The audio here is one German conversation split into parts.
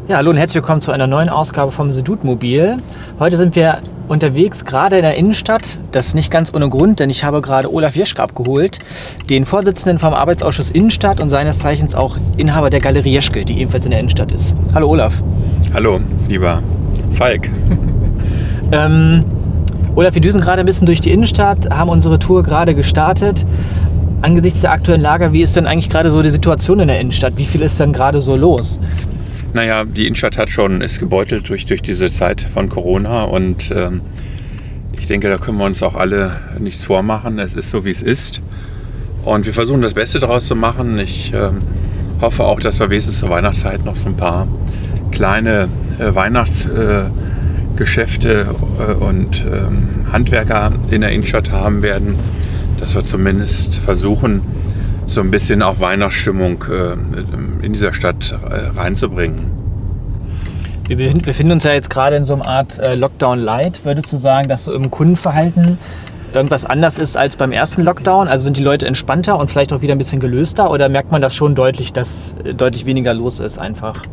Ja, hallo und herzlich willkommen zu einer neuen Ausgabe vom Sedutmobil. Heute sind wir unterwegs, gerade in der Innenstadt. Das ist nicht ganz ohne Grund, denn ich habe gerade Olaf Jeschke abgeholt, den Vorsitzenden vom Arbeitsausschuss Innenstadt und seines Zeichens auch Inhaber der Galerie Jeschke, die ebenfalls in der Innenstadt ist. Hallo Olaf. Hallo, lieber Falk. Olaf, wir düsen gerade ein bisschen durch die Innenstadt, haben unsere Tour gerade gestartet. Angesichts der aktuellen Lage, wie ist denn eigentlich gerade so die Situation in der Innenstadt? Wie viel ist denn gerade so los? Naja, die Innenstadt ist gebeutelt durch diese Zeit von Corona und ich denke, da können wir uns auch alle nichts vormachen. Es ist so, wie es ist und wir versuchen das Beste daraus zu machen. Ich hoffe auch, dass wir wenigstens zur Weihnachtszeit noch so ein paar kleine Weihnachtsgeschäfte und Handwerker in der Innenstadt haben werden, dass wir zumindest versuchen, so ein bisschen auch Weihnachtsstimmung in dieser Stadt reinzubringen. Wir befinden uns ja jetzt gerade in so einer Art Lockdown-Light. Würdest du sagen, dass so im Kundenverhalten irgendwas anders ist als beim ersten Lockdown? Also sind die Leute entspannter und vielleicht auch wieder ein bisschen gelöster? Oder merkt man das schon deutlich, dass deutlich weniger los ist einfach?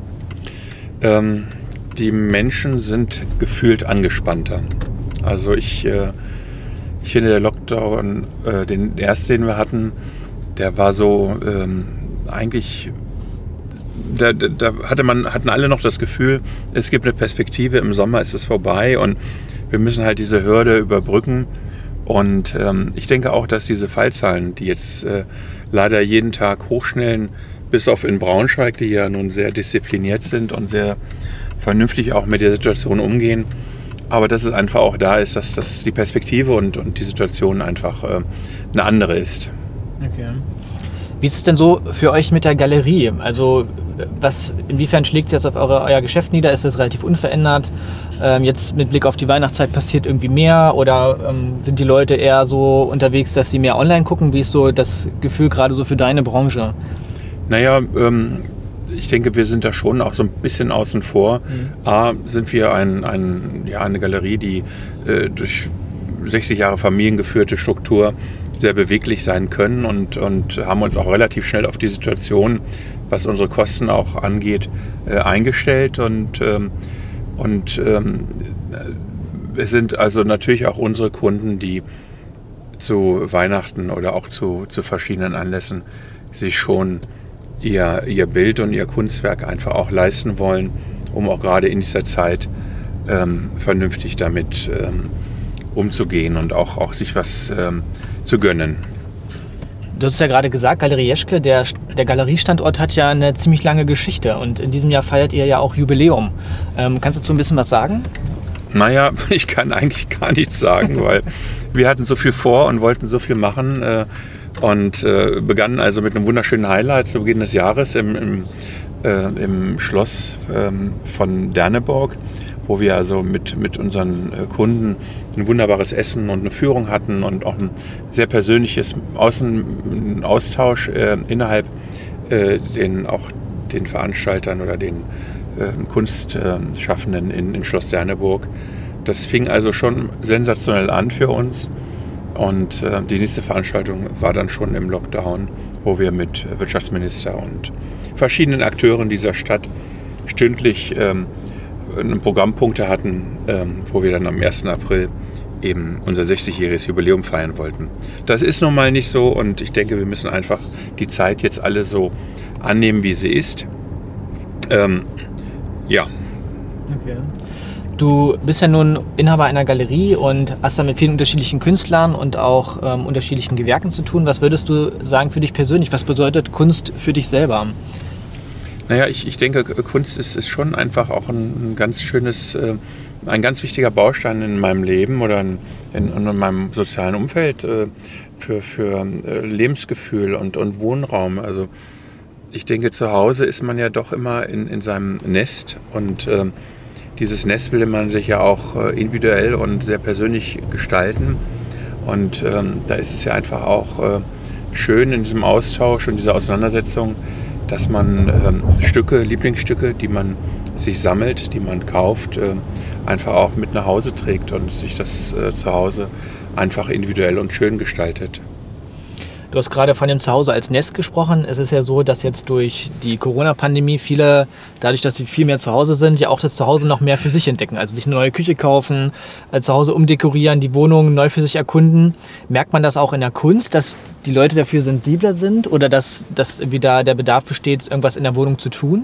Die Menschen sind gefühlt angespannter. Also ich finde, der Lockdown, den ersten, den wir hatten, der war so eigentlich, da hatten alle noch das Gefühl, es gibt eine Perspektive, im Sommer ist es vorbei und wir müssen halt diese Hürde überbrücken. Und ich denke auch, dass diese Fallzahlen, die jetzt leider jeden Tag hochschnellen, bis auf in Braunschweig, die ja nun sehr diszipliniert sind und sehr vernünftig auch mit der Situation umgehen, aber dass es einfach auch da ist, dass die Perspektive und die Situation einfach eine andere ist. Okay. Wie ist es denn so für euch mit der Galerie? Also inwiefern schlägt es jetzt auf euer Geschäft nieder? Ist es relativ unverändert? Jetzt mit Blick auf die Weihnachtszeit passiert irgendwie mehr? Oder sind die Leute eher so unterwegs, dass sie mehr online gucken? Wie ist so das Gefühl gerade so für deine Branche? Naja, ich denke, wir sind da schon auch so ein bisschen außen vor. A, sind wir eine Galerie, die durch 60 Jahre familiengeführte Struktur sehr beweglich sein können und haben uns auch relativ schnell auf die Situation, was unsere Kosten auch angeht, eingestellt. Es sind also natürlich auch unsere Kunden, die zu Weihnachten oder auch zu verschiedenen Anlässen sich schon ihr Bild und ihr Kunstwerk einfach auch leisten wollen, um auch gerade in dieser Zeit vernünftig damit umzugehen und auch sich was zu gönnen. Du hast es ja gerade gesagt, Galerie Jeschke, der Galeriestandort hat ja eine ziemlich lange Geschichte und in diesem Jahr feiert ihr ja auch Jubiläum. Kannst du dazu ein bisschen was sagen? Naja, ich kann eigentlich gar nichts sagen, weil wir hatten so viel vor und wollten so viel machen und begannen also mit einem wunderschönen Highlight zu Beginn des Jahres im Schloss von Derneburg, wo wir also mit unseren Kunden ein wunderbares Essen und eine Führung hatten und auch ein sehr persönliches Austausch innerhalb den Veranstaltern oder den Kunstschaffenden in Schloss Derneburg. Das fing also schon sensationell an für uns und die nächste Veranstaltung war dann schon im Lockdown, wo wir mit Wirtschaftsminister und verschiedenen Akteuren dieser Stadt stündlich Programmpunkte hatten, wo wir dann am 1. April eben unser 60-jähriges Jubiläum feiern wollten. Das ist nun mal nicht so und ich denke, wir müssen einfach die Zeit jetzt alle so annehmen, wie sie ist. Ja. Okay. Du bist ja nun Inhaber einer Galerie und hast da mit vielen unterschiedlichen Künstlern und auch unterschiedlichen Gewerken zu tun. Was würdest du sagen für dich persönlich? Was bedeutet Kunst für dich selber? Naja, ich denke, Kunst ist schon einfach auch ein ganz schönes, ein ganz wichtiger Baustein in meinem Leben oder in meinem sozialen Umfeld für Lebensgefühl und Wohnraum. Also ich denke, zu Hause ist man ja doch immer in seinem Nest und dieses Nest will man sich ja auch individuell und sehr persönlich gestalten. Und da ist es ja einfach auch schön in diesem Austausch und dieser Auseinandersetzung, dass man Lieblingsstücke, die man sich sammelt, die man kauft, einfach auch mit nach Hause trägt und sich das zu Hause einfach individuell und schön gestaltet. Du hast gerade von dem Zuhause als Nest gesprochen. Es ist ja so, dass jetzt durch die Corona-Pandemie viele, dadurch, dass sie viel mehr zu Hause sind, ja auch das Zuhause noch mehr für sich entdecken. Also sich eine neue Küche kaufen, zu Hause umdekorieren, die Wohnung neu für sich erkunden. Merkt man das auch in der Kunst, dass die Leute dafür sensibler sind oder dass wieder der Bedarf besteht, irgendwas in der Wohnung zu tun?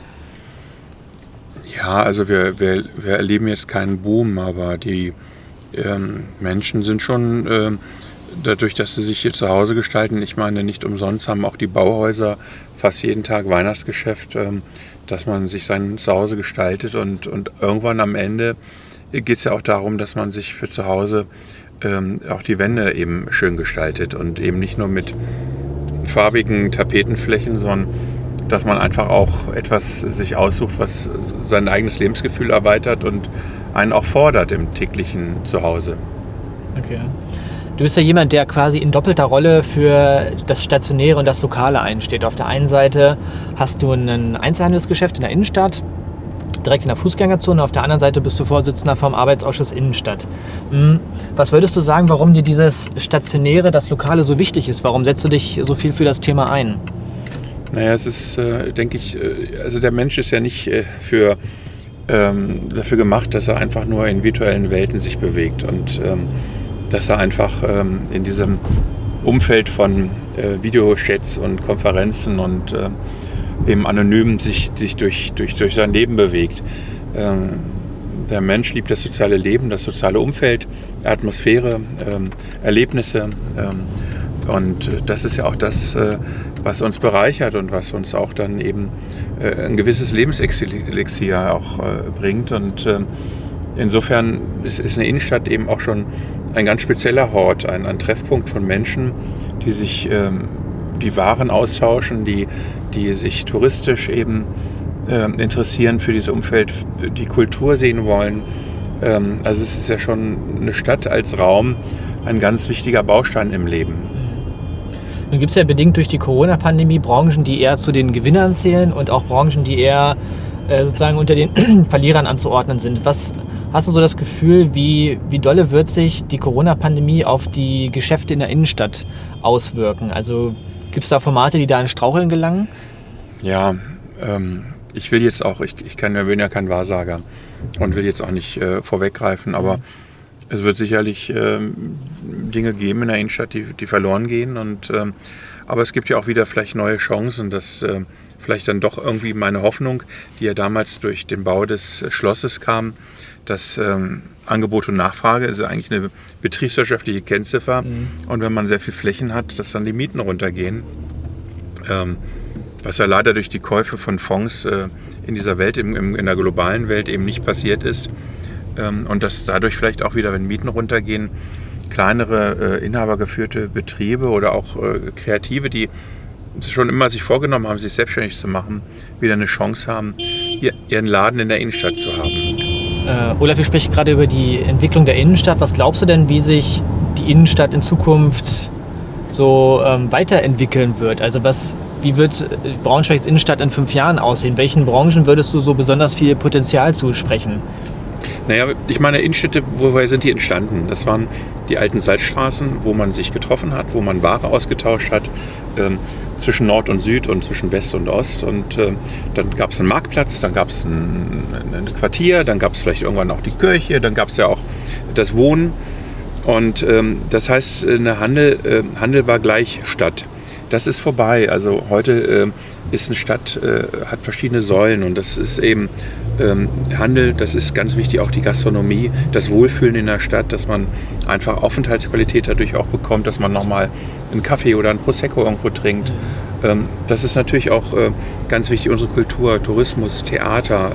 Ja, also wir erleben jetzt keinen Boom, aber die Menschen sind schon, dadurch, dass sie sich hier zu Hause gestalten, ich meine, nicht umsonst haben auch die Bauhäuser fast jeden Tag Weihnachtsgeschäft, dass man sich sein Zuhause gestaltet und irgendwann am Ende geht es ja auch darum, dass man sich für zu Hause auch die Wände eben schön gestaltet und eben nicht nur mit farbigen Tapetenflächen, sondern dass man einfach auch etwas sich aussucht, was sein eigenes Lebensgefühl erweitert und einen auch fordert im täglichen Zuhause. Okay. Du bist ja jemand, der quasi in doppelter Rolle für das Stationäre und das Lokale einsteht. Auf der einen Seite hast du ein Einzelhandelsgeschäft in der Innenstadt, direkt in der Fußgängerzone. Auf der anderen Seite bist du Vorsitzender vom Arbeitsausschuss Innenstadt. Was würdest du sagen, warum dir dieses Stationäre, das Lokale so wichtig ist? Warum setzt du dich so viel für das Thema ein? Naja, es ist, denke ich, also der Mensch ist ja nicht dafür gemacht, dass er einfach nur in virtuellen Welten sich bewegt und dass er einfach in diesem Umfeld von Videochats und Konferenzen und eben anonym sich durch sein Leben bewegt. Der Mensch liebt das soziale Leben, das soziale Umfeld, Atmosphäre, Erlebnisse. Und das ist ja auch das, was uns bereichert und was uns auch dann eben ein gewisses Lebenselixier auch bringt. Und insofern ist eine Innenstadt eben auch schon ein ganz spezieller Hort, ein Treffpunkt von Menschen, die sich die Waren austauschen, die sich touristisch eben interessieren für dieses Umfeld, die Kultur sehen wollen. Also es ist ja schon eine Stadt als Raum ein ganz wichtiger Baustein im Leben. Nun gibt es ja bedingt durch die Corona-Pandemie Branchen, die eher zu den Gewinnern zählen und auch Branchen, die eher sozusagen unter den Verlierern anzuordnen sind. Was hast du so das Gefühl, wie dolle wird sich die Corona-Pandemie auf die Geschäfte in der Innenstadt auswirken? Also gibt es da Formate, die da in Straucheln gelangen? Ja, ich will jetzt auch, ich bin ja kein Wahrsager und will jetzt auch nicht vorweggreifen, aber es wird sicherlich Dinge geben in der Innenstadt, die verloren gehen. Aber es gibt ja auch wieder vielleicht neue Chancen, dass vielleicht dann doch irgendwie meine Hoffnung, die ja damals durch den Bau des Schlosses kam, dass Angebot und Nachfrage ist ja eigentlich eine betriebswirtschaftliche Kennziffer. Und wenn man sehr viel Flächen hat, dass dann die Mieten runtergehen. Was ja leider durch die Käufe von Fonds in dieser Welt, in der globalen Welt eben nicht passiert ist. Und dass dadurch vielleicht auch wieder, wenn Mieten runtergehen, kleinere inhabergeführte Betriebe oder auch Kreative, die schon immer sich vorgenommen haben, sich selbstständig zu machen, wieder eine Chance haben, ihren Laden in der Innenstadt zu haben. Olaf, wir sprechen gerade über die Entwicklung der Innenstadt. Was glaubst du denn, wie sich die Innenstadt in Zukunft so weiterentwickeln wird? Also wie wird Braunschweigs Innenstadt in 5 Jahren aussehen? Welchen Branchen würdest du so besonders viel Potenzial zusprechen? Naja, ich meine, Innenstädte, woher sind die entstanden? Das waren die alten Salzstraßen, wo man sich getroffen hat, wo man Ware ausgetauscht hat, zwischen Nord und Süd und zwischen West und Ost. Und dann gab es einen Marktplatz, dann gab es ein Quartier, dann gab es vielleicht irgendwann auch die Kirche, dann gab es ja auch das Wohnen. Und das heißt, Handel war gleich Stadt. Das ist vorbei. Also heute ist eine Stadt, hat verschiedene Säulen und das ist eben Handel, das ist ganz wichtig, auch die Gastronomie, das Wohlfühlen in der Stadt, dass man einfach Aufenthaltsqualität dadurch auch bekommt, dass man nochmal einen Kaffee oder einen Prosecco irgendwo trinkt. Das ist natürlich auch ganz wichtig, unsere Kultur, Tourismus, Theater.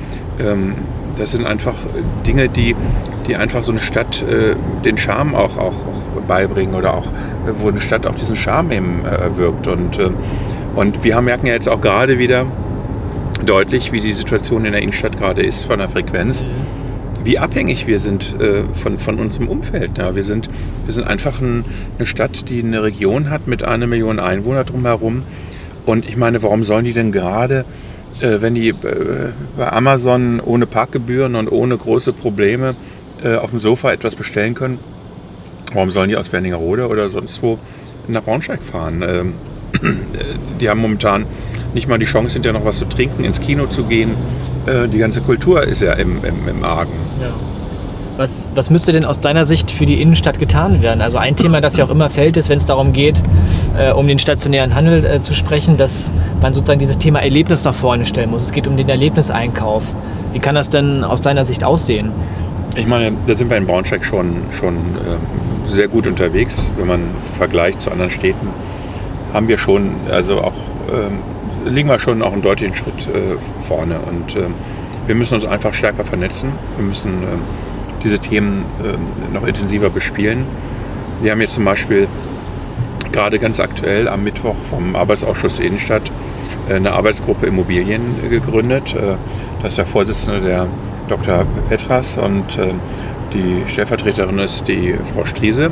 Das sind einfach Dinge, die einfach so eine Stadt den Charme auch beibringen oder auch, wo eine Stadt auch diesen Charme eben wirkt. Und wir merken ja jetzt auch gerade wieder deutlich, wie die Situation in der Innenstadt gerade ist von der Frequenz, wie abhängig wir sind von unserem Umfeld. Ja, wir sind einfach eine Stadt, die eine Region hat mit 1 Million Einwohnern drumherum. Und ich meine, warum sollen die denn gerade, wenn die bei Amazon ohne Parkgebühren und ohne große Probleme auf dem Sofa etwas bestellen können, warum sollen die aus Wernigerode oder sonst wo nach Braunschweig fahren. Die haben momentan nicht mal die Chance, hinterher noch was zu trinken, ins Kino zu gehen. Die ganze Kultur ist ja im Argen. Ja. Was müsste denn aus deiner Sicht für die Innenstadt getan werden? Also ein Thema, das ja auch immer fällt, ist, wenn es darum geht, um den stationären Handel zu sprechen, dass man sozusagen dieses Thema Erlebnis nach vorne stellen muss. Es geht um den Erlebniseinkauf. Wie kann das denn aus deiner Sicht aussehen? Ich meine, da sind wir in Braunschweig schon sehr gut unterwegs. Wenn man vergleicht zu anderen Städten, haben wir schon, also auch liegen wir schon auch einen deutlichen Schritt vorne. Und wir müssen uns einfach stärker vernetzen. Wir müssen diese Themen noch intensiver bespielen. Wir haben jetzt zum Beispiel gerade ganz aktuell am Mittwoch vom Arbeitsausschuss Innenstadt eine Arbeitsgruppe Immobilien gegründet. Da ist der Vorsitzende der Dr. Petras und die Stellvertreterin ist die Frau Striese.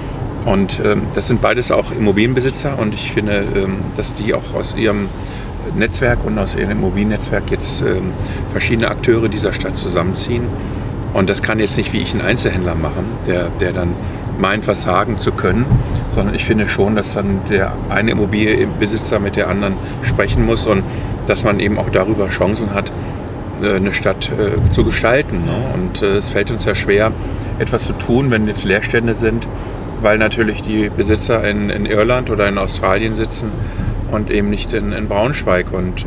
Und das sind beides auch Immobilienbesitzer und ich finde, dass die auch aus ihrem Netzwerk und aus ihrem Immobiliennetzwerk jetzt verschiedene Akteure dieser Stadt zusammenziehen. Und das kann jetzt nicht wie ich ein Einzelhändler machen, der dann meint, was sagen zu können, sondern ich finde schon, dass dann der eine Immobilienbesitzer mit der anderen sprechen muss und dass man eben auch darüber Chancen hat, eine Stadt zu gestalten. Ne? Und es fällt uns ja schwer, etwas zu tun, wenn jetzt Leerstände sind, weil natürlich die Besitzer in Irland oder in Australien sitzen und eben nicht in Braunschweig. Und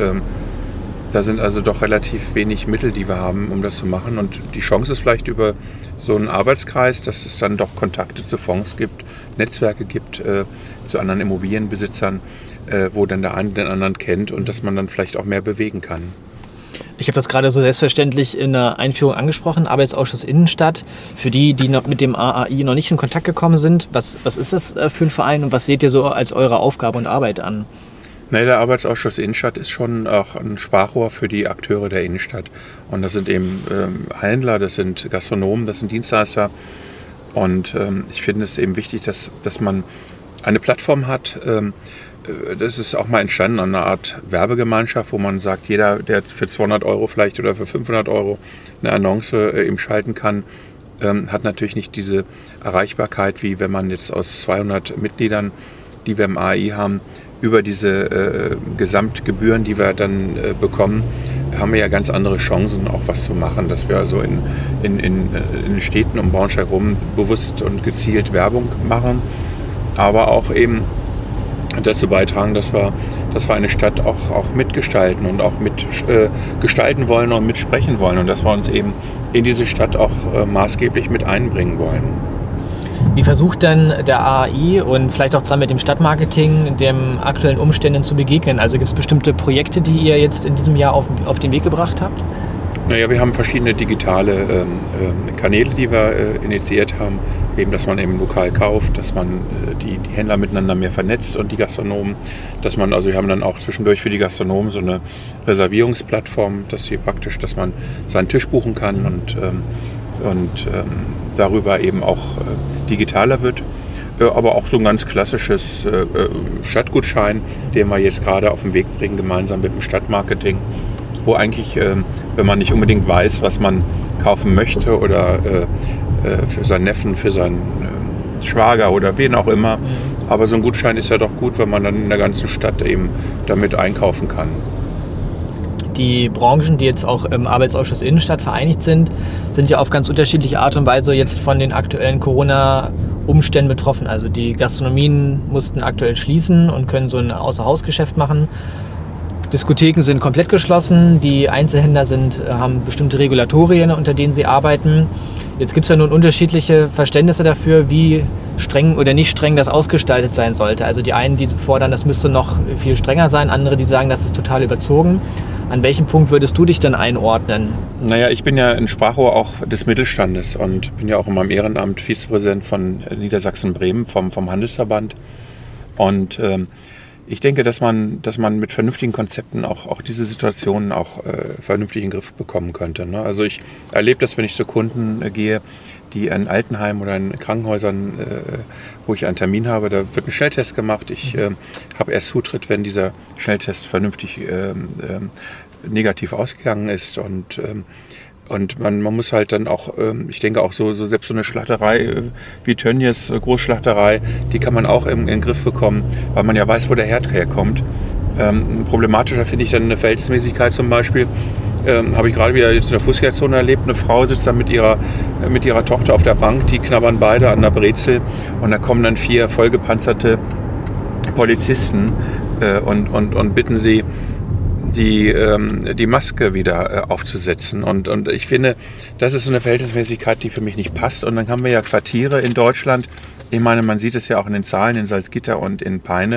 da sind also doch relativ wenig Mittel, die wir haben, um das zu machen. Und die Chance ist vielleicht über so einen Arbeitskreis, dass es dann doch Kontakte zu Fonds gibt, Netzwerke gibt zu anderen Immobilienbesitzern, wo dann der eine den anderen kennt und dass man dann vielleicht auch mehr bewegen kann. Ich habe das gerade so selbstverständlich in der Einführung angesprochen, Arbeitsausschuss Innenstadt. Für die noch mit dem AAI noch nicht in Kontakt gekommen sind, was ist das für ein Verein und was seht ihr so als eure Aufgabe und Arbeit an? Nee, der Arbeitsausschuss Innenstadt ist schon auch ein Sprachrohr für die Akteure der Innenstadt. Und das sind eben Händler, das sind Gastronomen, das sind Dienstleister. Und ich finde es eben wichtig, dass man eine Plattform hat. Das ist auch mal entstanden, eine Art Werbegemeinschaft, wo man sagt, jeder, der für 200 € vielleicht oder für 500 € eine Annonce eben schalten kann, hat natürlich nicht diese Erreichbarkeit, wie wenn man jetzt aus 200 Mitgliedern, die wir im AAI haben, über diese Gesamtgebühren, die wir dann bekommen, haben wir ja ganz andere Chancen, auch was zu machen, dass wir also in Städten um Braunschweig herum bewusst und gezielt Werbung machen, aber auch eben dazu beitragen, dass wir eine Stadt auch mitgestalten und auch mitgestalten wollen und mitsprechen wollen und dass wir uns eben in diese Stadt auch maßgeblich mit einbringen wollen. Wie versucht denn der AAI und vielleicht auch zusammen mit dem Stadtmarketing den aktuellen Umständen zu begegnen? Also gibt es bestimmte Projekte, die ihr jetzt in diesem Jahr auf den Weg gebracht habt? Naja, wir haben verschiedene digitale Kanäle, die wir initiiert haben. Eben, dass man eben lokal kauft, dass man die Händler miteinander mehr vernetzt und die Gastronomen. Wir haben dann auch zwischendurch für die Gastronomen so eine Reservierungsplattform, dass man seinen Tisch buchen kann und darüber eben auch digitaler wird. Aber auch so ein ganz klassisches Stadtgutschein, den wir jetzt gerade auf den Weg bringen, gemeinsam mit dem Stadtmarketing, wo eigentlich, wenn man nicht unbedingt weiß, was man kaufen möchte oder für seinen Neffen, für seinen Schwager oder wen auch immer, aber so ein Gutschein ist ja doch gut, wenn man dann in der ganzen Stadt eben damit einkaufen kann. Die Branchen, die jetzt auch im Arbeitsausschuss Innenstadt vereinigt sind ja auf ganz unterschiedliche Art und Weise jetzt von den aktuellen Corona-Umständen betroffen. Also die Gastronomien mussten aktuell schließen und können so ein Außerhausgeschäft machen. Diskotheken sind komplett geschlossen, die Einzelhändler haben bestimmte Regulatorien, unter denen sie arbeiten. Jetzt gibt es ja nun unterschiedliche Verständnisse dafür, wie streng oder nicht streng das ausgestaltet sein sollte. Also die einen, die fordern, das müsste noch viel strenger sein, andere, die sagen, das ist total überzogen. An welchem Punkt würdest du dich denn einordnen? Naja, ich bin ja ein Sprachrohr auch des Mittelstandes und bin ja auch in meinem Ehrenamt Vizepräsident von Niedersachsen-Bremen vom Handelsverband. Und ich denke, dass man mit vernünftigen Konzepten auch diese Situationen auch vernünftig in den Griff bekommen könnte. Ne? Also ich erlebe das, wenn ich zu Kunden gehe, die in Altenheimen oder in Krankenhäusern, wo ich einen Termin habe, da wird ein Schnelltest gemacht. Ich habe erst Zutritt, wenn dieser Schnelltest vernünftig negativ ausgegangen ist. Und Und man muss halt dann auch, ich denke auch so selbst so eine Schlachterei wie Tönnies, Großschlachterei, die kann man auch in den Griff bekommen, weil man ja weiß, wo der Herd herkommt. Problematischer finde ich dann eine Verhältnismäßigkeit zum Beispiel. Habe ich gerade wieder jetzt in der Fußgängerzone erlebt. Eine Frau sitzt dann mit ihrer Tochter auf der Bank, die knabbern beide an der Brezel und da kommen dann 4 vollgepanzerte Polizisten und bitten sie, die Maske wieder aufzusetzen. Und ich finde, das ist so eine Verhältnismäßigkeit, die für mich nicht passt. Und dann haben wir ja Quartiere in Deutschland. Ich meine, man sieht es ja auch in den Zahlen in Salzgitter und in Peine.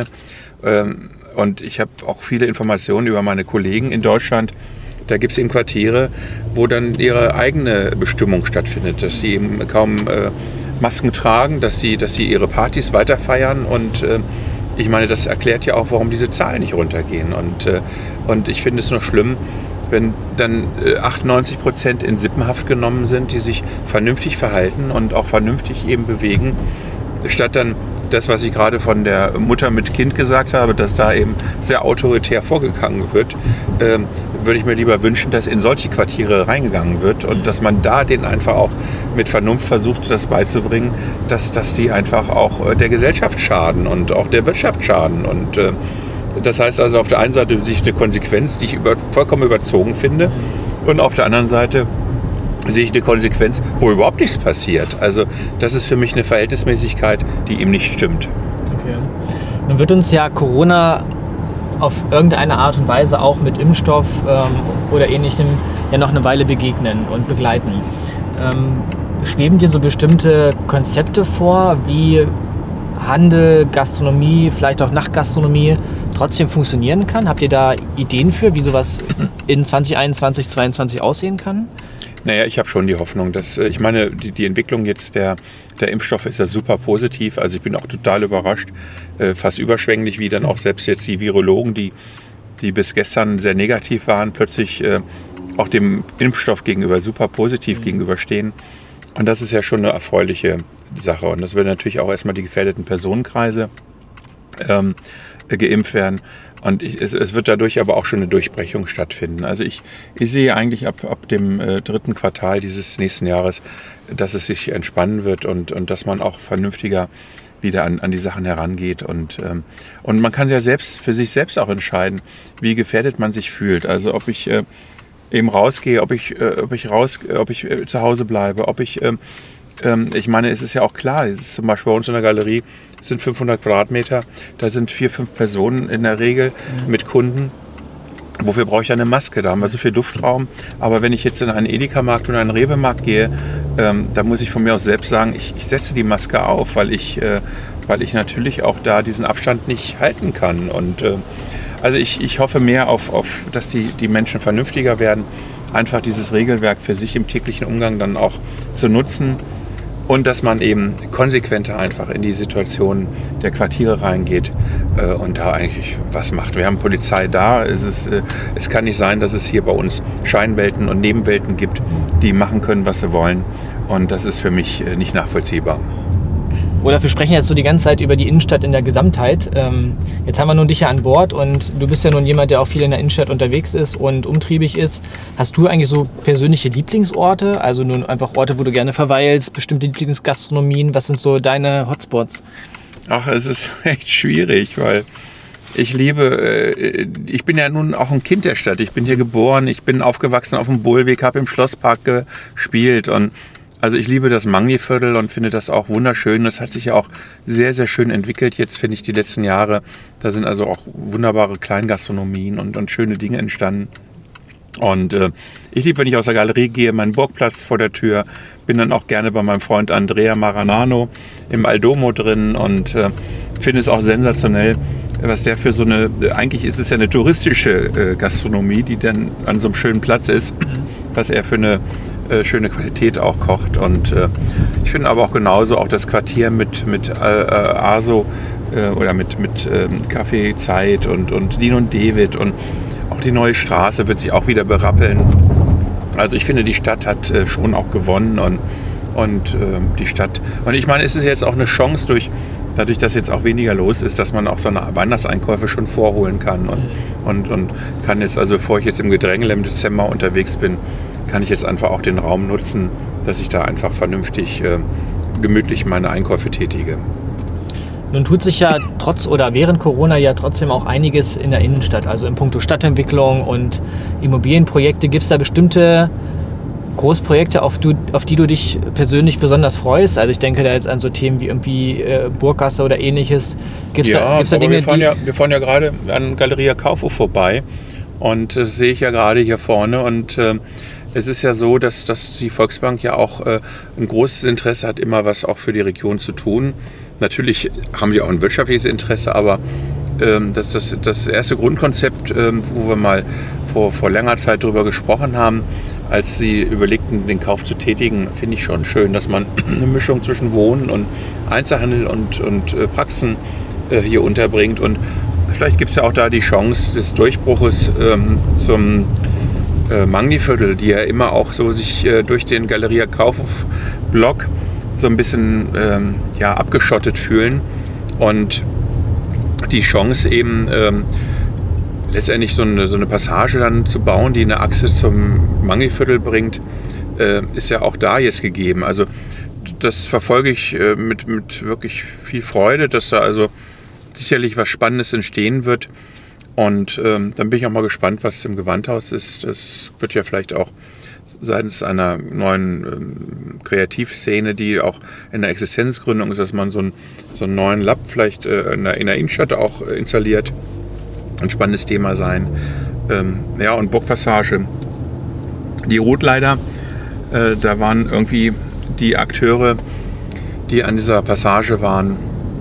Und ich habe auch viele Informationen über meine Kollegen in Deutschland. Da gibt es eben Quartiere, wo dann ihre eigene Bestimmung stattfindet, dass sie eben kaum Masken tragen, dass die ihre Partys weiter feiern. Und ich meine, das erklärt ja auch, warum diese Zahlen nicht runtergehen. Und ich finde es nur schlimm, wenn dann 98% in Sippenhaft genommen sind, die sich vernünftig verhalten und auch vernünftig eben bewegen, statt dann das, was ich gerade von der Mutter mit Kind gesagt habe, dass da eben sehr autoritär vorgegangen wird, würde ich mir lieber wünschen, dass in solche Quartiere reingegangen wird und dass man da denen einfach auch mit Vernunft versucht, das beizubringen, dass die einfach auch der Gesellschaft schaden und auch der Wirtschaft schaden. Und das heißt also auf der einen Seite sich eine Konsequenz, die ich vollkommen überzogen finde, und auf der anderen Seite sehe ich eine Konsequenz, wo überhaupt nichts passiert. Also das ist für mich eine Verhältnismäßigkeit, die eben nicht stimmt. Okay. Nun wird uns ja Corona auf irgendeine Art und Weise auch mit Impfstoff oder Ähnlichem ja noch eine Weile begegnen und begleiten. Schweben dir so bestimmte Konzepte vor, wie Handel, Gastronomie, vielleicht auch Nachtgastronomie trotzdem funktionieren kann? Habt ihr da Ideen für, wie sowas in 2021, 2022 aussehen kann? Naja, ich habe schon die Hoffnung, dass, ich meine, die Entwicklung jetzt der Impfstoffe ist ja super positiv. Also ich bin auch total überrascht, fast überschwänglich, wie dann auch selbst jetzt die Virologen, die bis gestern sehr negativ waren, plötzlich auch dem Impfstoff gegenüber super positiv gegenüberstehen. Und das ist ja schon eine erfreuliche Sache. Und das werden natürlich auch erstmal die gefährdeten Personenkreise geimpft werden. Und es wird dadurch aber auch schon eine Durchbrechung stattfinden. Also ich sehe eigentlich ab dem 3. Quartal dieses nächsten Jahres, dass es sich entspannen wird und dass man auch vernünftiger wieder an die Sachen herangeht. Und man kann ja selbst für sich selbst auch entscheiden, wie gefährdet man sich fühlt. Also ob ich eben rausgehe, ob ich zu Hause bleibe, ich meine, es ist ja auch klar, es ist zum Beispiel bei uns in der Galerie, es sind 500 Quadratmeter, da sind 4-5 Personen in der Regel mit Kunden. Wofür brauche ich eine Maske? Da haben wir so viel Luftraum. Aber wenn ich jetzt in einen Edeka-Markt oder einen Rewe-Markt gehe, da muss ich von mir aus selbst sagen, ich setze die Maske auf, weil ich natürlich auch da diesen Abstand nicht halten kann. Und also ich hoffe mehr auf dass die Menschen vernünftiger werden, einfach dieses Regelwerk für sich im täglichen Umgang dann auch zu nutzen. Und dass man eben konsequenter einfach in die Situation der Quartiere reingeht und da eigentlich was macht. Wir haben Polizei da. Es kann nicht sein, dass es hier bei uns Scheinwelten und Nebenwelten gibt, die machen können, was sie wollen. Und das ist für mich nicht nachvollziehbar. Oder wir sprechen jetzt so die ganze Zeit über die Innenstadt in der Gesamtheit. Jetzt haben wir nun dich ja an Bord und du bist ja nun jemand, der auch viel in der Innenstadt unterwegs ist und umtriebig ist. Hast du eigentlich so persönliche Lieblingsorte? Also nun einfach Orte, wo du gerne verweilst, bestimmte Lieblingsgastronomien? Was sind so deine Hotspots? Ach, es ist echt schwierig, weil ich bin ja nun auch ein Kind der Stadt. Ich bin hier geboren, ich bin aufgewachsen auf dem Bohlweg, habe im Schlosspark gespielt und also ich liebe das Magni-Viertel und finde das auch wunderschön. Das hat sich ja auch sehr, sehr schön entwickelt jetzt, finde ich, die letzten Jahre. Da sind also auch wunderbare Kleingastronomien und schöne Dinge entstanden. Und ich liebe, wenn ich aus der Galerie gehe, meinen Burgplatz vor der Tür. Bin dann auch gerne bei meinem Freund Andrea Maranano im Aldomo drin und finde es auch sensationell, was der für so eine, eigentlich ist es ja eine touristische Gastronomie, die dann an so einem schönen Platz ist, was er für eine schöne Qualität auch kocht. Und ich finde aber auch genauso auch das Quartier mit Aso oder mit Café Zeit und Dean und David und auch die neue Straße wird sich auch wieder berappeln. Also ich finde, die Stadt hat schon auch gewonnen und die Stadt, und ich meine, es ist jetzt auch eine Chance dadurch, dass jetzt auch weniger los ist, dass man auch so eine Weihnachtseinkäufe schon vorholen kann und kann jetzt, also bevor ich jetzt im Gedrängel im Dezember unterwegs bin, kann ich jetzt einfach auch den Raum nutzen, dass ich da einfach vernünftig, gemütlich meine Einkäufe tätige. Nun tut sich ja trotz oder während Corona ja trotzdem auch einiges in der Innenstadt, also in puncto Stadtentwicklung und Immobilienprojekte. Gibt es da bestimmte Großprojekte, auf die du dich persönlich besonders freust? Also ich denke da jetzt an so Themen wie irgendwie Burggasse oder ähnliches. Gibt's da Dinge, wir fahren ja gerade an Galeria Kaufhof vorbei und das sehe ich ja gerade hier vorne und es ist ja so, dass die Volksbank ja auch ein großes Interesse hat, immer was auch für die Region zu tun. Natürlich haben wir auch ein wirtschaftliches Interesse, aber das erste Grundkonzept, wo wir mal vor längerer Zeit darüber gesprochen haben, als sie überlegten, den Kauf zu tätigen, finde ich schon schön, dass man eine Mischung zwischen Wohnen und Einzelhandel und Praxen hier unterbringt. Und vielleicht gibt es ja auch da die Chance des Durchbruches zum Magni-Viertel, die ja immer auch so sich durch den Galeria Kaufhof-Block so ein bisschen abgeschottet fühlen und die Chance eben letztendlich so eine Passage dann zu bauen, die eine Achse zum Magni-Viertel bringt, ist ja auch da jetzt gegeben. Also das verfolge ich mit wirklich viel Freude, dass da also sicherlich was Spannendes entstehen wird. Und dann bin ich auch mal gespannt, was im Gewandhaus ist. Das wird ja vielleicht auch seitens einer neuen Kreativszene, die auch in der Existenzgründung ist, dass man so einen neuen Lab vielleicht in der Innenstadt auch installiert. Ein spannendes Thema sein. Und Burgpassage. Die Rotleider, da waren irgendwie die Akteure, die an dieser Passage waren.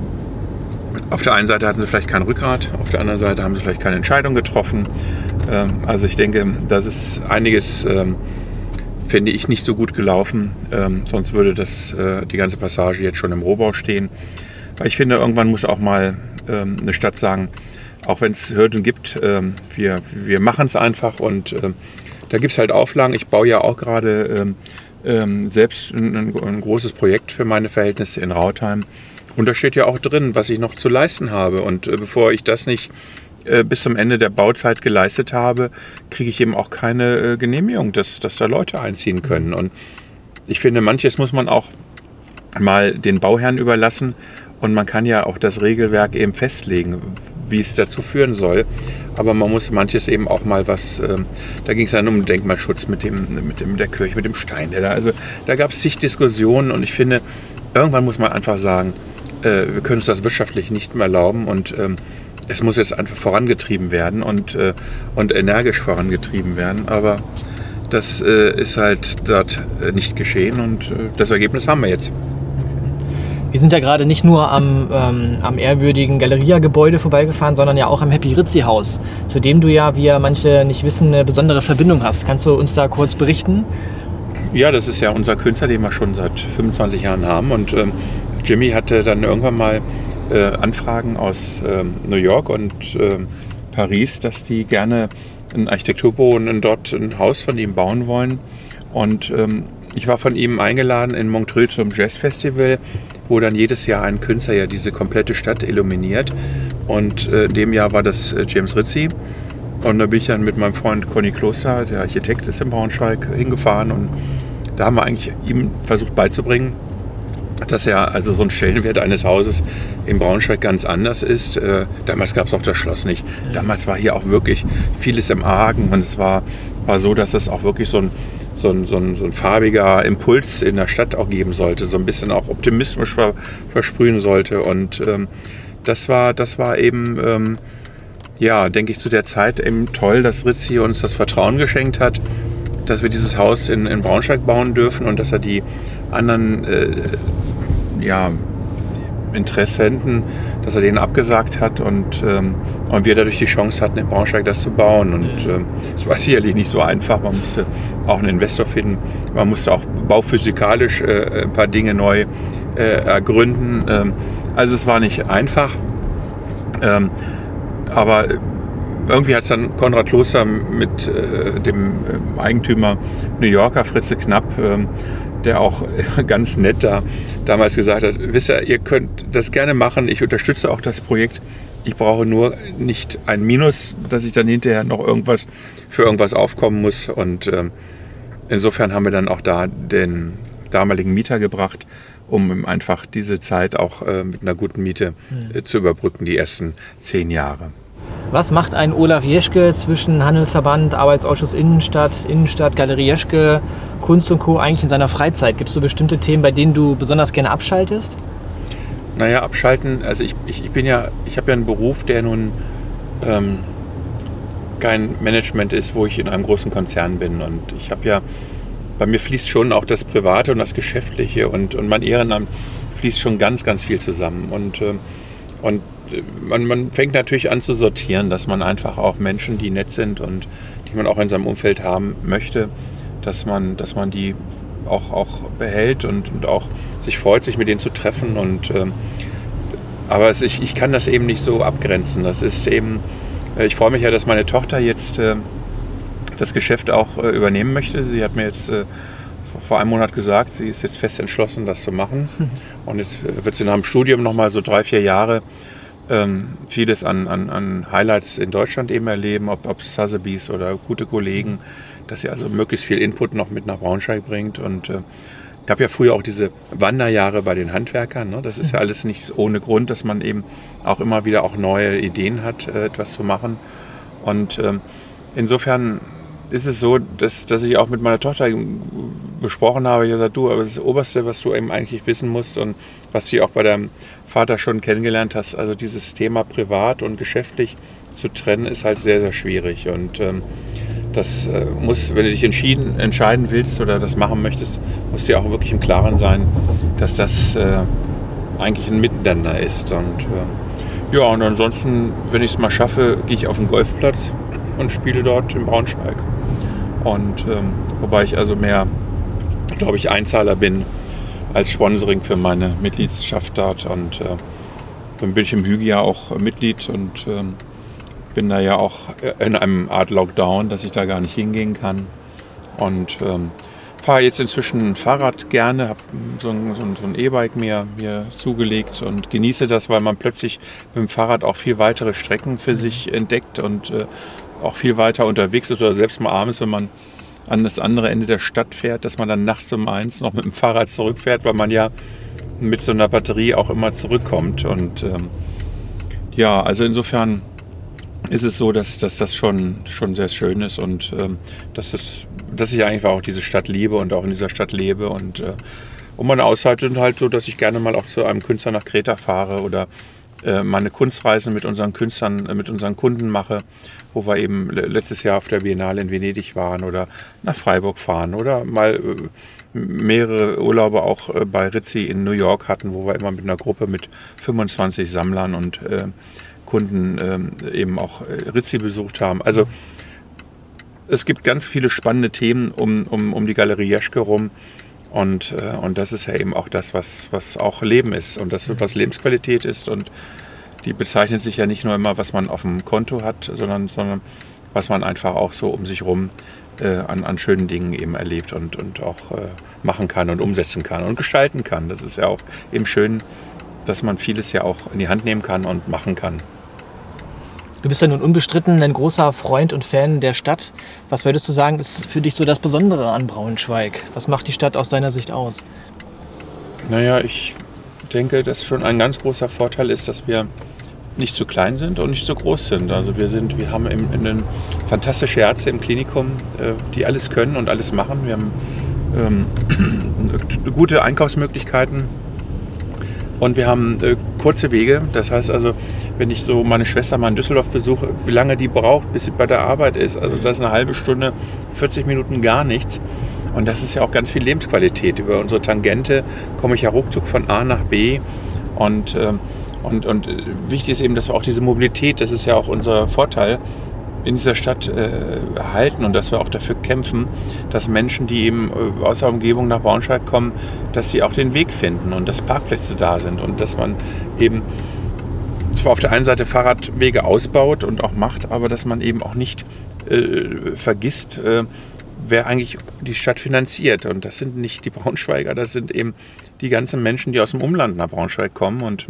Auf der einen Seite hatten sie vielleicht kein Rückgrat, auf der anderen Seite haben sie vielleicht keine Entscheidung getroffen. Also ich denke, das ist einiges, finde ich, nicht so gut gelaufen. Sonst würde die ganze Passage jetzt schon im Rohbau stehen. Weil ich finde, irgendwann muss auch mal eine Stadt sagen, auch wenn es Hürden gibt, wir machen es einfach und da gibt es halt Auflagen. Ich baue ja auch gerade selbst ein großes Projekt für meine Verhältnisse in Rautheim. Und da steht ja auch drin, was ich noch zu leisten habe. Und bevor ich das nicht bis zum Ende der Bauzeit geleistet habe, kriege ich eben auch keine Genehmigung, dass da Leute einziehen können. Und ich finde, manches muss man auch mal den Bauherren überlassen. Und man kann ja auch das Regelwerk eben festlegen, wie es dazu führen soll. Aber man muss manches eben auch mal da ging es dann um Denkmalschutz mit der Kirche, mit dem Stein. Also da gab es zig Diskussionen und ich finde, irgendwann muss man einfach sagen, wir können uns das wirtschaftlich nicht mehr erlauben und es muss jetzt einfach vorangetrieben werden und energisch vorangetrieben werden. Aber das ist halt dort nicht geschehen und das Ergebnis haben wir jetzt. Wir sind ja gerade nicht nur am ehrwürdigen Galeria-Gebäude vorbeigefahren, sondern ja auch am Happy Rizzi-Haus, zu dem du ja, wie ja manche nicht wissen, eine besondere Verbindung hast. Kannst du uns da kurz berichten? Ja, das ist ja unser Künstler, den wir schon seit 25 Jahren haben. Und Jimmy hatte dann irgendwann mal Anfragen aus New York und Paris, dass die gerne ein Architekturbüro und dort ein Haus von ihm bauen wollen. Und ich war von ihm eingeladen in Montreux zum Jazzfestival, wo dann jedes Jahr ein Künstler ja diese komplette Stadt illuminiert. Und in dem Jahr war das James Rizzi. Und da bin ich dann mit meinem Freund Conny Kloster, der Architekt ist in Braunschweig, hingefahren. Und da haben wir eigentlich ihm versucht beizubringen, dass ja also so ein Stellenwert eines Hauses in Braunschweig ganz anders ist. Damals gab es auch das Schloss nicht. Damals war hier auch wirklich vieles im Argen. Und es war so, dass es auch wirklich so ein farbiger Impuls in der Stadt auch geben sollte, so ein bisschen auch Optimismus versprühen sollte. Und das war eben, denke ich, zu der Zeit eben toll, dass Rizzi uns das Vertrauen geschenkt hat, dass wir dieses Haus in Braunschweig bauen dürfen und dass er die anderen Interessenten, dass er denen abgesagt hat und wir dadurch die Chance hatten, in Braunschweig das zu bauen. Und es war sicherlich nicht so einfach. Man musste auch einen Investor finden. Man musste auch bauphysikalisch ein paar Dinge neu ergründen. Also es war nicht einfach. Aber irgendwie hat es dann Konrad Kloster mit dem Eigentümer New Yorker Fritze Knapp, der auch ganz nett damals gesagt hat, wisst ihr, ihr könnt das gerne machen, ich unterstütze auch das Projekt, ich brauche nur nicht ein Minus, dass ich dann hinterher noch für irgendwas aufkommen muss. Und insofern haben wir dann auch da den damaligen Mieter gebracht, um einfach diese Zeit auch mit einer guten Miete zu überbrücken, die ersten 10 Jahre. Was macht ein Olaf Jeschke zwischen Handelsverband, Arbeitsausschuss Innenstadt, Galerie Jeschke, Kunst und Co. eigentlich in seiner Freizeit? Gibt es so bestimmte Themen, bei denen du besonders gerne abschaltest? Naja, abschalten, also ich habe ja einen Beruf, der nun kein Management ist, wo ich in einem großen Konzern bin. Und ich habe ja, bei mir fließt schon auch das Private und das Geschäftliche und mein Ehrenamt fließt schon ganz, ganz viel zusammen. Und man fängt natürlich an zu sortieren, dass man einfach auch Menschen, die nett sind und die man auch in seinem Umfeld haben möchte, dass man die auch behält und auch sich freut, sich mit denen zu treffen. Aber ich kann das eben nicht so abgrenzen. Das ist eben, ich freue mich ja, dass meine Tochter jetzt das Geschäft auch übernehmen möchte. Sie hat mir jetzt vor einem Monat gesagt, sie ist jetzt fest entschlossen, das zu machen. Und jetzt wird sie nach dem Studium nochmal so 3-4 Jahre vieles an Highlights in Deutschland eben erleben, ob Sotheby's oder gute Kollegen, dass sie also möglichst viel Input noch mit nach Braunschweig bringt. Und gab ja früher auch diese Wanderjahre bei den Handwerkern. Ne? Das ist ja alles nicht ohne Grund, dass man eben auch immer wieder auch neue Ideen hat, etwas zu machen. Und insofern ist es so, dass ich auch mit meiner Tochter besprochen habe, ich habe gesagt, aber das Oberste, was du eben eigentlich wissen musst und was du auch bei deinem Vater schon kennengelernt hast, also dieses Thema privat und geschäftlich zu trennen, ist halt sehr, sehr schwierig. Und das muss, wenn du dich entscheiden willst oder das machen möchtest, musst du dir auch wirklich im Klaren sein, dass das eigentlich ein Miteinander ist. Und und ansonsten, wenn ich es mal schaffe, gehe ich auf den Golfplatz und spiele dort in Braunschweig. Und wobei ich also mehr, glaube ich, Einzahler bin als Sponsoring für meine Mitgliedschaft dort. Und dann bin ich im Hügi ja auch Mitglied und bin da ja auch in einem Art Lockdown, dass ich da gar nicht hingehen kann. Und fahre jetzt inzwischen ein Fahrrad gerne, habe so ein E-Bike mir zugelegt und genieße das, weil man plötzlich mit dem Fahrrad auch viel weitere Strecken für sich entdeckt und auch viel weiter unterwegs ist oder selbst mal abends, wenn man an das andere Ende der Stadt fährt, dass man dann nachts um 1 noch mit dem Fahrrad zurückfährt, weil man ja mit so einer Batterie auch immer zurückkommt. Und also insofern ist es so, dass das schon sehr schön ist und dass ich eigentlich auch diese Stadt liebe und auch in dieser Stadt lebe. Und meine Auszeiten sind halt so, dass ich gerne mal auch zu einem Künstler nach Kreta fahre oder meine Kunstreisen mit unseren Künstlern, mit unseren Kunden mache, wo wir eben letztes Jahr auf der Biennale in Venedig waren oder nach Freiburg fahren oder mal mehrere Urlaube auch bei Rizzi in New York hatten, wo wir immer mit einer Gruppe mit 25 Sammlern und Kunden eben auch Rizzi besucht haben. Also es gibt ganz viele spannende Themen um die Galerie Jeschke rum. Und das ist ja eben auch das, was auch Leben ist und das, was Lebensqualität ist. Und die bezeichnet sich ja nicht nur immer, was man auf dem Konto hat, sondern was man einfach auch so um sich rum an schönen Dingen eben erlebt und auch machen kann und umsetzen kann und gestalten kann. Das ist ja auch eben schön, dass man vieles ja auch in die Hand nehmen kann und machen kann. Du bist ja nun unbestritten ein großer Freund und Fan der Stadt. Was würdest du sagen, ist für dich so das Besondere an Braunschweig? Was macht die Stadt aus deiner Sicht aus? Naja, ich denke, dass schon ein ganz großer Vorteil ist, dass wir nicht zu klein sind und nicht zu groß sind. Also wir haben fantastische Ärzte im Klinikum, die alles können und alles machen. Wir haben gute Einkaufsmöglichkeiten. Und wir haben kurze Wege, das heißt also, wenn ich so meine Schwester mal in Düsseldorf besuche, wie lange die braucht, bis sie bei der Arbeit ist. Also das ist eine halbe Stunde, 40 Minuten gar nichts. Und das ist ja auch ganz viel Lebensqualität. Über unsere Tangente komme ich ja ruckzuck von A nach B. Und wichtig ist eben, dass wir auch diese Mobilität, das ist ja auch unser Vorteil, in dieser Stadt erhalten und dass wir auch dafür kämpfen, dass Menschen, die eben aus der Umgebung nach Braunschweig kommen, dass sie auch den Weg finden und dass Parkplätze da sind und dass man eben zwar auf der einen Seite Fahrradwege ausbaut und auch macht, aber dass man eben auch nicht vergisst, wer eigentlich die Stadt finanziert. Und das sind nicht die Braunschweiger, das sind eben die ganzen Menschen, die aus dem Umland nach Braunschweig kommen und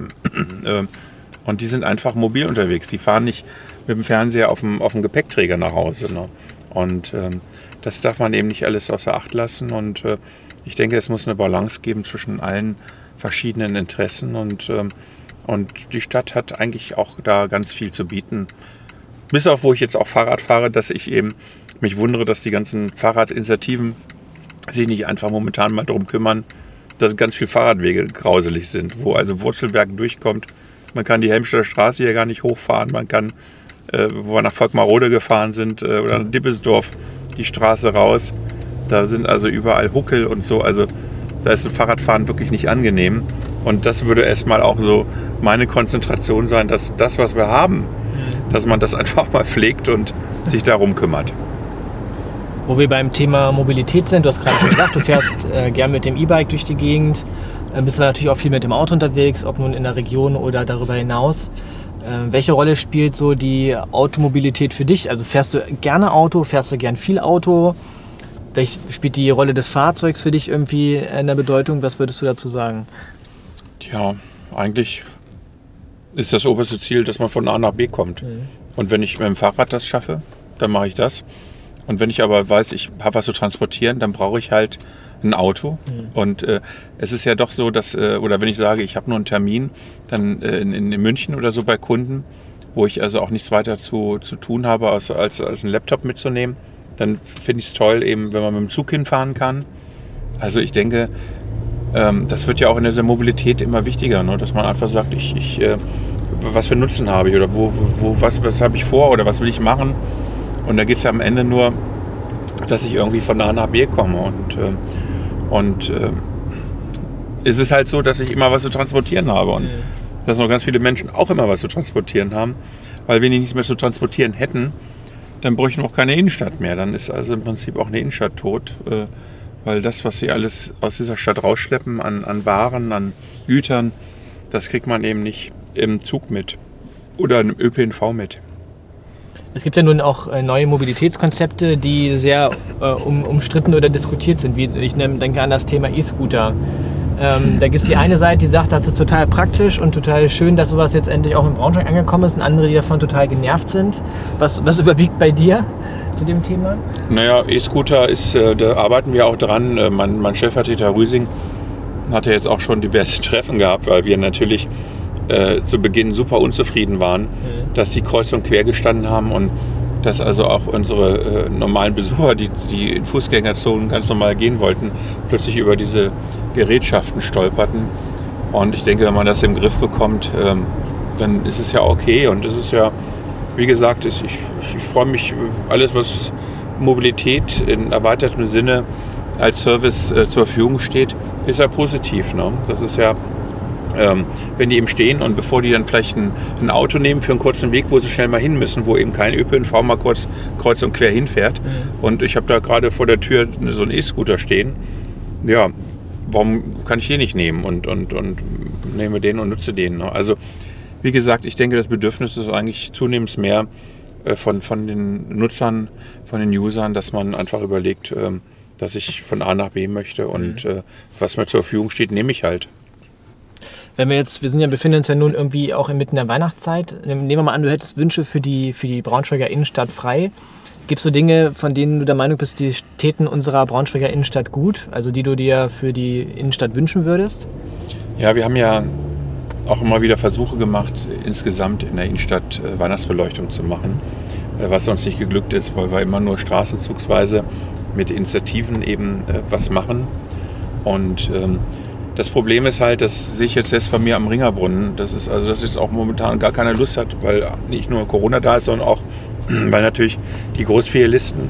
die sind einfach mobil unterwegs. Die fahren nicht mit dem Fernseher auf dem Gepäckträger nach Hause. Ne? Und das darf man eben nicht alles außer Acht lassen. Und ich denke, es muss eine Balance geben zwischen allen verschiedenen Interessen. Und die Stadt hat eigentlich auch da ganz viel zu bieten. Bis auf, wo ich jetzt auch Fahrrad fahre, dass ich eben mich wundere, dass die ganzen Fahrradinitiativen sich nicht einfach momentan mal darum kümmern, dass ganz viele Fahrradwege grauselig sind, wo also Wurzelberg durchkommt. Man kann die Helmstedter Straße hier gar nicht hochfahren. Man kann, wo wir nach Volkmarode gefahren sind oder nach Dippesdorf, die Straße raus. Da sind also überall Huckel und so. Also da ist ein Fahrradfahren wirklich nicht angenehm. Und das würde erstmal auch so meine Konzentration sein, dass das, was wir haben, dass man das einfach mal pflegt und sich darum kümmert. Wo wir beim Thema Mobilität sind, du hast gerade schon gesagt, du fährst gern mit dem E-Bike durch die Gegend, bist aber natürlich auch viel mit dem Auto unterwegs, ob nun in der Region oder darüber hinaus. Welche Rolle spielt so die Automobilität für dich? Also fährst du gerne Auto, fährst du gern viel Auto? Spielt die Rolle des Fahrzeugs für dich irgendwie eine Bedeutung? Was würdest du dazu sagen? Tja, eigentlich ist das oberste Ziel, dass man von A nach B kommt. Und wenn ich mit dem Fahrrad das schaffe, dann mache ich das. Und wenn ich aber weiß, ich habe was zu transportieren, dann brauche ich halt ein Auto. Und es ist ja doch so, dass, oder wenn ich sage, ich habe nur einen Termin, dann in München oder so bei Kunden, wo ich also auch nichts weiter zu tun habe, als einen Laptop mitzunehmen, dann finde ich es toll, eben, wenn man mit dem Zug hinfahren kann. Also ich denke, das wird ja auch in dieser Mobilität immer wichtiger, ne? Dass man einfach sagt, was für Nutzen habe ich oder was habe ich vor oder was will ich machen. Und da geht es ja am Ende nur, dass ich irgendwie von A nach B komme. Und es ist halt so, dass ich immer was zu transportieren habe und dass noch ganz viele Menschen auch immer was zu transportieren haben. Weil wenn die nichts mehr zu transportieren hätten, dann bräuchten wir auch keine Innenstadt mehr. Dann ist also im Prinzip auch eine Innenstadt tot. Weil das, was sie alles aus dieser Stadt rausschleppen, an Waren, an Gütern, das kriegt man eben nicht im Zug mit oder im ÖPNV mit. Es gibt ja nun auch neue Mobilitätskonzepte, die sehr umstritten oder diskutiert sind. Wie ich denke an das Thema E-Scooter. Da gibt es die eine Seite, die sagt, das ist total praktisch und total schön, dass sowas jetzt endlich auch in Braunschweig angekommen ist. Und andere, die davon total genervt sind. Was überwiegt bei dir zu dem Thema? Naja, E-Scooter da arbeiten wir auch dran. Mein Stellvertreter Rüsing hat ja jetzt auch schon diverse Treffen gehabt, weil wir natürlich zu Beginn super unzufrieden waren, dass die kreuz und quer gestanden haben und dass also auch unsere normalen Besucher, die in Fußgängerzonen ganz normal gehen wollten, plötzlich über diese Gerätschaften stolperten. Und ich denke, wenn man das im Griff bekommt, dann ist es ja okay. Und es ist ja, wie gesagt, ich freue mich, alles was Mobilität in erweitertem Sinne als Service zur Verfügung steht, ist ja positiv. Ne? Das ist ja, wenn die eben stehen und bevor die dann vielleicht ein Auto nehmen für einen kurzen Weg, wo sie schnell mal hin müssen, wo eben kein ÖPNV mal kurz kreuz und quer hinfährt. Und ich habe da gerade vor der Tür so einen E-Scooter stehen. Ja, warum kann ich den nicht nehmen und nehme den und nutze den? Ne? Also wie gesagt, ich denke, das Bedürfnis ist eigentlich zunehmend mehr von den Nutzern, von den Usern, dass man einfach überlegt, dass ich von A nach B möchte und was mir zur Verfügung steht, nehme ich halt. Wir befinden uns ja nun irgendwie auch inmitten der Weihnachtszeit. Nehmen wir mal an, du hättest Wünsche für die Braunschweiger Innenstadt frei. Gibt es so Dinge, von denen du der Meinung bist, die täten unserer Braunschweiger Innenstadt gut? Also die du dir für die Innenstadt wünschen würdest? Ja, wir haben ja auch immer wieder Versuche gemacht, insgesamt in der Innenstadt Weihnachtsbeleuchtung zu machen. Was uns nicht geglückt ist, weil wir immer nur straßenzugsweise mit Initiativen eben was machen. Und das Problem ist halt, das sehe ich jetzt bei mir am Ringerbrunnen, dass jetzt auch momentan gar keine Lust hat, weil nicht nur Corona da ist, sondern auch, weil natürlich die Großfilialisten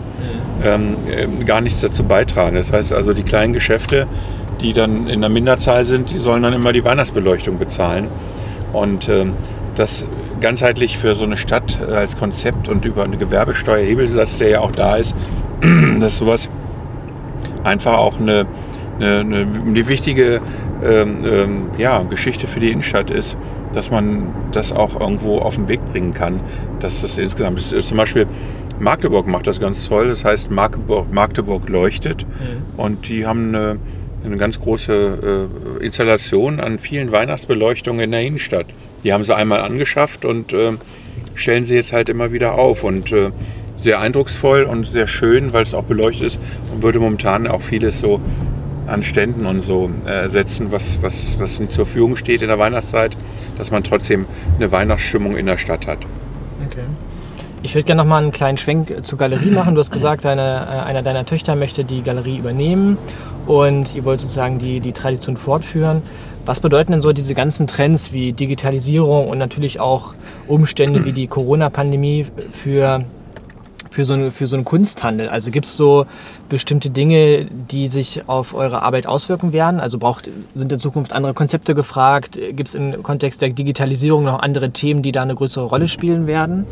gar nichts dazu beitragen. Das heißt also, die kleinen Geschäfte, die dann in der Minderzahl sind, die sollen dann immer die Weihnachtsbeleuchtung bezahlen. Und das ganzheitlich für so eine Stadt als Konzept und über eine Gewerbesteuerhebelsatz, der ja auch da ist, dass sowas einfach auch eine wichtige Geschichte für die Innenstadt ist, dass man das auch irgendwo auf den Weg bringen kann, dass das insgesamt ist. Zum Beispiel Magdeburg macht das ganz toll, das heißt Magdeburg leuchtet und die haben eine ganz große Installation an vielen Weihnachtsbeleuchtungen in der Innenstadt. Die haben sie einmal angeschafft und stellen sie jetzt halt immer wieder auf und sehr eindrucksvoll und sehr schön, weil es auch beleuchtet ist und würde momentan auch vieles so an Ständen und so ersetzen, was nicht zur Verfügung steht in der Weihnachtszeit, dass man trotzdem eine Weihnachtsstimmung in der Stadt hat. Okay. Ich würde gerne noch mal einen kleinen Schwenk zur Galerie machen. Du hast gesagt, einer deiner Töchter möchte die Galerie übernehmen und ihr wollt sozusagen die Tradition fortführen. Was bedeuten denn so diese ganzen Trends wie Digitalisierung und natürlich auch Umstände wie die Corona-Pandemie für so einen Kunsthandel? Also gibt es so bestimmte Dinge, die sich auf eure Arbeit auswirken werden? Also sind in Zukunft andere Konzepte gefragt? Gibt es im Kontext der Digitalisierung noch andere Themen, die da eine größere Rolle spielen werden?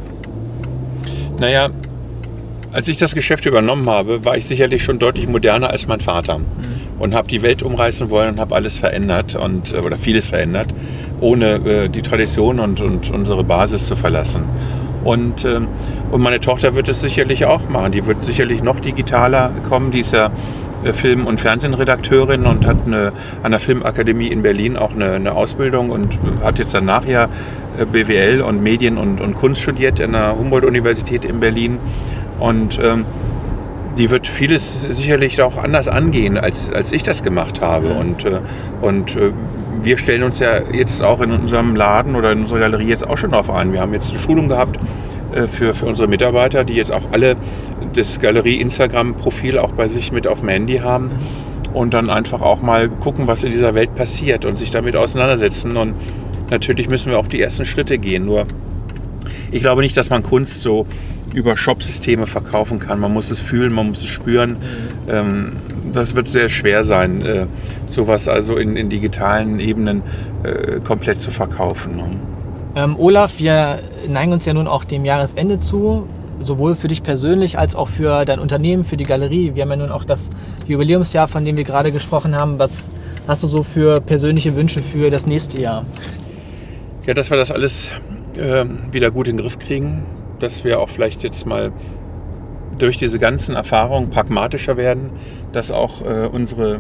Naja, als ich das Geschäft übernommen habe, war ich sicherlich schon deutlich moderner als mein Vater und habe die Welt umreißen wollen und habe alles verändert oder vieles verändert, ohne die Tradition und unsere Basis zu verlassen. Und meine Tochter wird es sicherlich auch machen. Die wird sicherlich noch digitaler kommen. Die ist ja Film- und Fernsehredakteurin und hat an der Filmakademie in Berlin auch eine Ausbildung und hat jetzt danach ja BWL und Medien und Kunst studiert an der Humboldt-Universität in Berlin. Und die wird vieles sicherlich auch anders angehen, als ich das gemacht habe. Und wir stellen uns ja jetzt auch in unserem Laden oder in unserer Galerie jetzt auch schon darauf ein. Wir haben jetzt eine Schulung gehabt für unsere Mitarbeiter, die jetzt auch alle das Galerie-Instagram-Profil auch bei sich mit auf dem Handy haben und dann einfach auch mal gucken, was in dieser Welt passiert und sich damit auseinandersetzen. Und natürlich müssen wir auch die ersten Schritte gehen. Nur ich glaube nicht, dass man Kunst so über Shopsysteme verkaufen kann. Man muss es fühlen, man muss es spüren. Das wird sehr schwer sein, sowas also in digitalen Ebenen komplett zu verkaufen. Olaf, wir neigen uns ja nun auch dem Jahresende zu, sowohl für dich persönlich als auch für dein Unternehmen, für die Galerie. Wir haben ja nun auch das Jubiläumsjahr, von dem wir gerade gesprochen haben. Was hast du so für persönliche Wünsche für das nächste Jahr? Ja, dass wir das alles wieder gut in den Griff kriegen, dass wir auch vielleicht jetzt mal durch diese ganzen Erfahrungen pragmatischer werden, dass auch unsere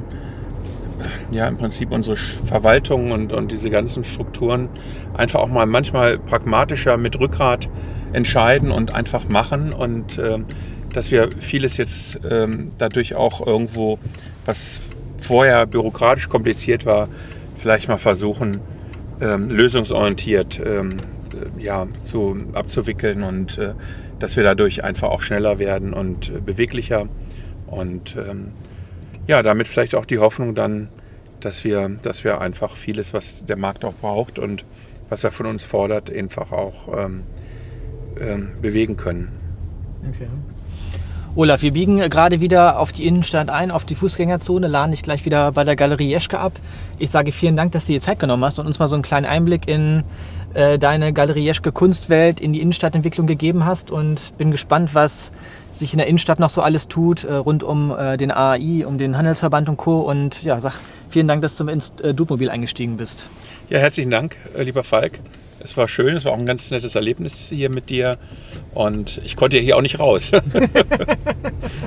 Verwaltung und diese ganzen Strukturen einfach auch mal manchmal pragmatischer mit Rückgrat entscheiden und einfach machen und dass wir vieles jetzt dadurch auch irgendwo, was vorher bürokratisch kompliziert war, vielleicht mal versuchen, lösungsorientiert abzuwickeln und dass wir dadurch einfach auch schneller werden und beweglicher und damit vielleicht auch die Hoffnung dann, dass wir einfach vieles, was der Markt auch braucht und was er von uns fordert, einfach auch bewegen können. Okay. Olaf, wir biegen gerade wieder auf die Innenstadt ein, auf die Fußgängerzone, laden dich gleich wieder bei der Galerie Jeschke ab. Ich sage vielen Dank, dass du dir Zeit genommen hast und uns mal so einen kleinen Einblick in deine Galerie Jeschke Kunstwelt, in die Innenstadtentwicklung gegeben hast und bin gespannt, was sich in der Innenstadt noch so alles tut, rund um den AAI, um den Handelsverband und Co. Und ja, sag vielen Dank, dass du ins Dupmobil eingestiegen bist. Ja, herzlichen Dank, lieber Falk. Es war schön, es war auch ein ganz nettes Erlebnis hier mit dir und ich konnte ja hier auch nicht raus.